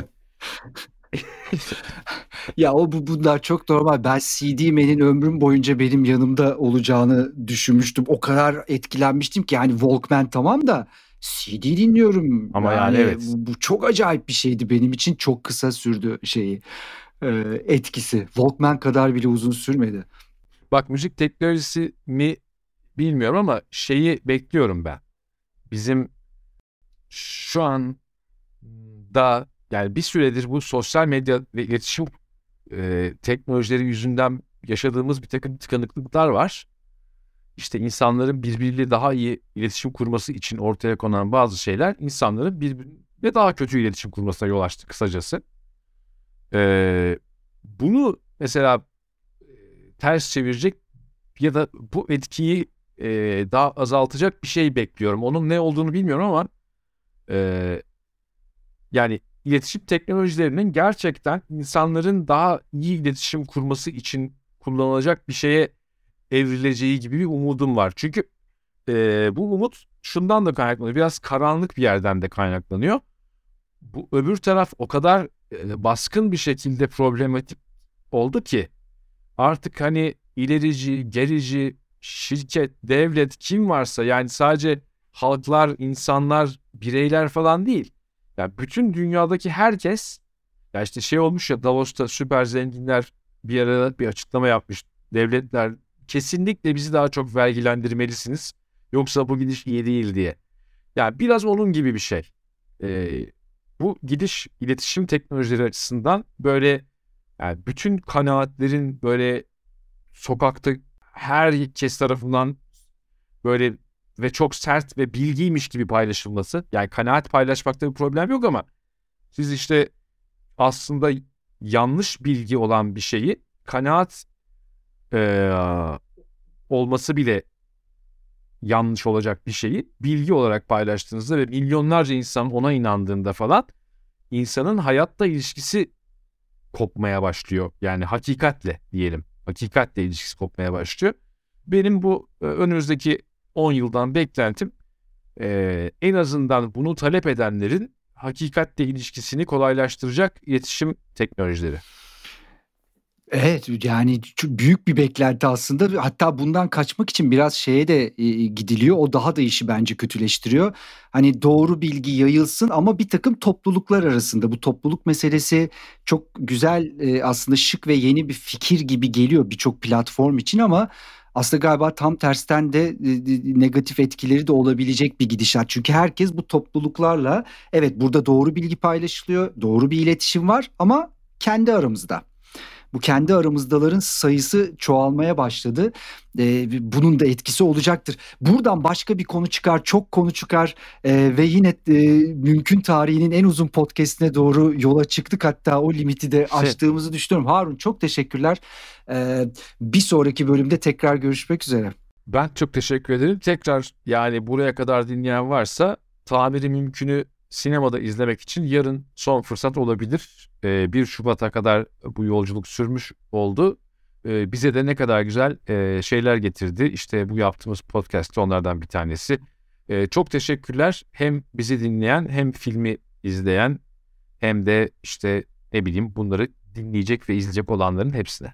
[SPEAKER 2] Ya bunlar çok normal. Ben CD-man'in ömrüm boyunca benim yanımda olacağını düşünmüştüm. O kadar etkilenmiştim ki yani Walkman tamam da CD dinliyorum.
[SPEAKER 3] Ama yani
[SPEAKER 2] Yani
[SPEAKER 3] evet.
[SPEAKER 2] bu çok acayip bir şeydi benim için. Çok kısa sürdü etkisi. Walkman kadar bile uzun sürmedi.
[SPEAKER 3] Bak müzik teknolojisi mi bilmiyorum ama şeyi bekliyorum ben. Bizim şu anda yani bir süredir bu sosyal medya ve iletişim teknolojileri yüzünden yaşadığımız bir takım tıkanıklıklar var. İşte insanların birbiriyle daha iyi iletişim kurması için ortaya konan bazı şeyler insanların birbiriyle daha kötü iletişim kurmasına yol açtı kısacası. Bunu mesela ters çevirecek ya da bu etkiyi daha azaltacak bir şey bekliyorum. Onun ne olduğunu bilmiyorum ama e, yani iletişim teknolojilerinin gerçekten insanların daha iyi iletişim kurması için kullanılacak bir şeye evrileceği gibi bir umudum var. Çünkü bu umut şundan da kaynaklanıyor. Biraz karanlık bir yerden de kaynaklanıyor. Bu öbür taraf o kadar baskın bir şekilde problematik oldu ki artık hani ilerici, gerici, şirket, devlet kim varsa yani sadece halklar, insanlar, bireyler falan değil. Yani bütün dünyadaki herkes ya işte şey olmuş ya Davos'ta süper zenginler bir arada bir açıklama yapmış. Devletler kesinlikle bizi daha çok vergilendirmelisiniz. Yoksa bu gidiş iyi değil diye. Yani biraz onun gibi bir şey. Ee, Bu gidiş iletişim teknolojileri açısından böyle yani bütün kanaatlerin böyle sokakta herkes tarafından böyle ve çok sert ve bilgiymiş gibi paylaşılması. Yani kanaat paylaşmakta bir problem yok ama siz işte aslında yanlış bilgi olan bir şeyi kanaat eee, olması bile yanlış olacak bir şeyi bilgi olarak paylaştığınızda ve milyonlarca insan ona inandığında falan insanın hayatla ilişkisi kopmaya başlıyor. Yani hakikatle diyelim. Hakikatle ilişkisi kopmaya başlıyor. Benim bu önümüzdeki 10 yıldan beklentim en azından bunu talep edenlerin hakikatle ilişkisini kolaylaştıracak iletişim teknolojileri.
[SPEAKER 2] Evet, yani çok büyük bir beklenti aslında. Hatta bundan kaçmak için biraz şeye de gidiliyor. O daha da işi bence kötüleştiriyor. Hani doğru bilgi yayılsın ama bir takım topluluklar arasında. Bu topluluk meselesi çok güzel aslında şık ve yeni bir fikir gibi geliyor birçok platform için ama aslında galiba tam tersten de negatif etkileri de olabilecek bir gidişat. Çünkü herkes bu topluluklarla evet burada doğru bilgi paylaşılıyor, doğru bir iletişim var ama kendi aramızda. Bu kendi aramızdaların sayısı çoğalmaya başladı. Bunun da etkisi olacaktır. Buradan başka bir konu çıkar, çok konu çıkar ve yine mümkün tarihinin en uzun podcastine doğru yola çıktık. Hatta o limiti de aştığımızı düşünüyorum. Harun çok teşekkürler. Bir sonraki bölümde tekrar görüşmek üzere.
[SPEAKER 3] Ben çok teşekkür ederim. Tekrar yani buraya kadar dinleyen varsa tamiri mümkünü sinemada izlemek için yarın son fırsat olabilir. 1 Şubat'a kadar bu yolculuk sürmüş oldu. bize de ne kadar güzel şeyler getirdi. İşte bu yaptığımız podcast onlardan bir tanesi. Çok teşekkürler hem bizi dinleyen hem filmi izleyen hem de işte ne bileyim bunları dinleyecek ve izleyecek olanların hepsine.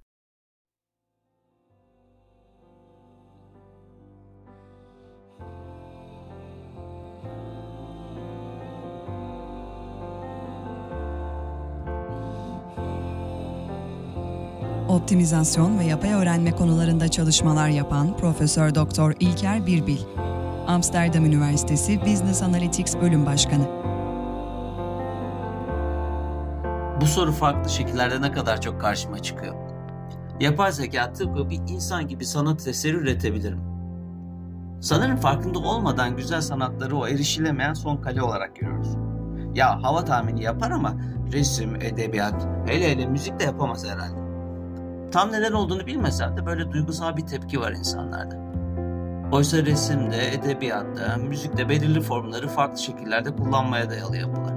[SPEAKER 1] Optimizasyon ve yapay öğrenme konularında çalışmalar yapan Profesör Doktor İlker Birbil, Amsterdam Üniversitesi Business Analytics Bölüm Başkanı.
[SPEAKER 4] Bu soru farklı şekillerde ne kadar çok karşıma çıkıyor. Yapay zeka tıpkı bir insan gibi sanat eseri üretebilir mi? Sanırım farkında olmadan güzel sanatları o erişilemeyen son kale olarak görüyoruz. Ya hava tahmini yapar ama resim, edebiyat, hele müzik de yapamaz herhalde. Tam neden olduğunu bilmesem de böyle duygusal bir tepki var insanlarda. Oysa resimde, edebiyatta, müzikte belirli formları farklı şekillerde kullanmaya dayalı yapılar.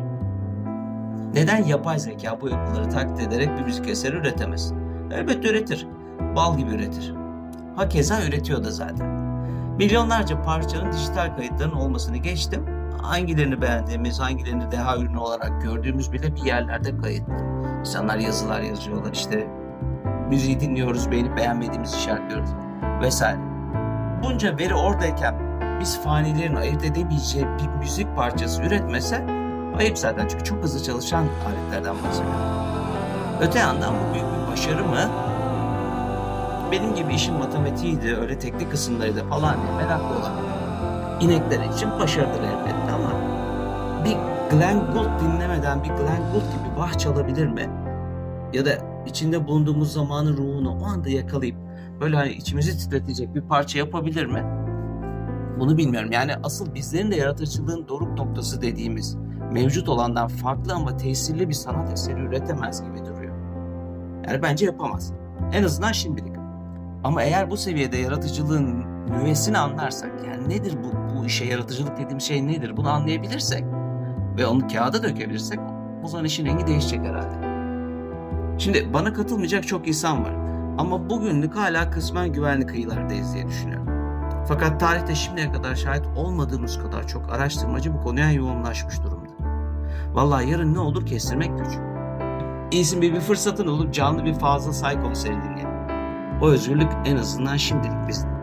[SPEAKER 4] Neden yapay zeka bu yapıları taklit ederek bir müzik eseri üretemez? Elbette üretir. Bal gibi üretir. Hakeza üretiyor da zaten. Milyonlarca parçanın dijital kayıtlarının olmasını geçtim. Hangilerini beğendiğimiz, hangilerini deha ürünü olarak gördüğümüz bile bir yerlerde kayıtlı. İnsanlar yazılar yazıyorlar işte. Müziği dinliyoruz, beğenip beğenmediğimizi işaretliyoruz vesaire. Bunca veri oradayken biz fanilerin ayırt edemeyeceği bir müzik parçası üretmese ayıp zaten çünkü çok hızlı çalışan aletlerden bahsediyoruz. Öte yandan bu büyük bir başarı mı? Benim gibi işin matematiğiydi, öyle teknik kısımlarıydı falan diye meraklı olan inekler için başarıdır elbette ama bir Glenn Gould dinlemeden bir Glenn Gould gibi Bach çalabilir mi? Ya da içinde bulunduğumuz zamanın ruhunu o anda yakalayıp böyle hani içimizi titretecek bir parça yapabilir mi? Bunu bilmiyorum. Yani asıl bizlerin de yaratıcılığın doruk noktası dediğimiz mevcut olandan farklı ama tesirli bir sanat eseri üretemez gibi duruyor. Yani bence yapamaz. En azından şimdilik. Ama eğer bu seviyede yaratıcılığın nüvesini anlarsak, yani nedir bu işe yaratıcılık dediğim şey nedir bunu anlayabilirsek ve onu kağıda dökebilirsek o zaman işin rengi değişecek herhalde. Şimdi bana katılmayacak çok insan var. Ama bugünlük hala kısmen güvenli kıyılardayız diye düşünüyorum. Fakat tarihte şimdiye kadar şahit olmadığımız kadar çok araştırmacı bu konuya yoğunlaşmış durumda. Vallahi yarın ne olur kestirmek güç. İyisi bir fırsatın olup canlı bir Fazıl Say konseri dinleyelim. O özgürlük en azından şimdilik bizde.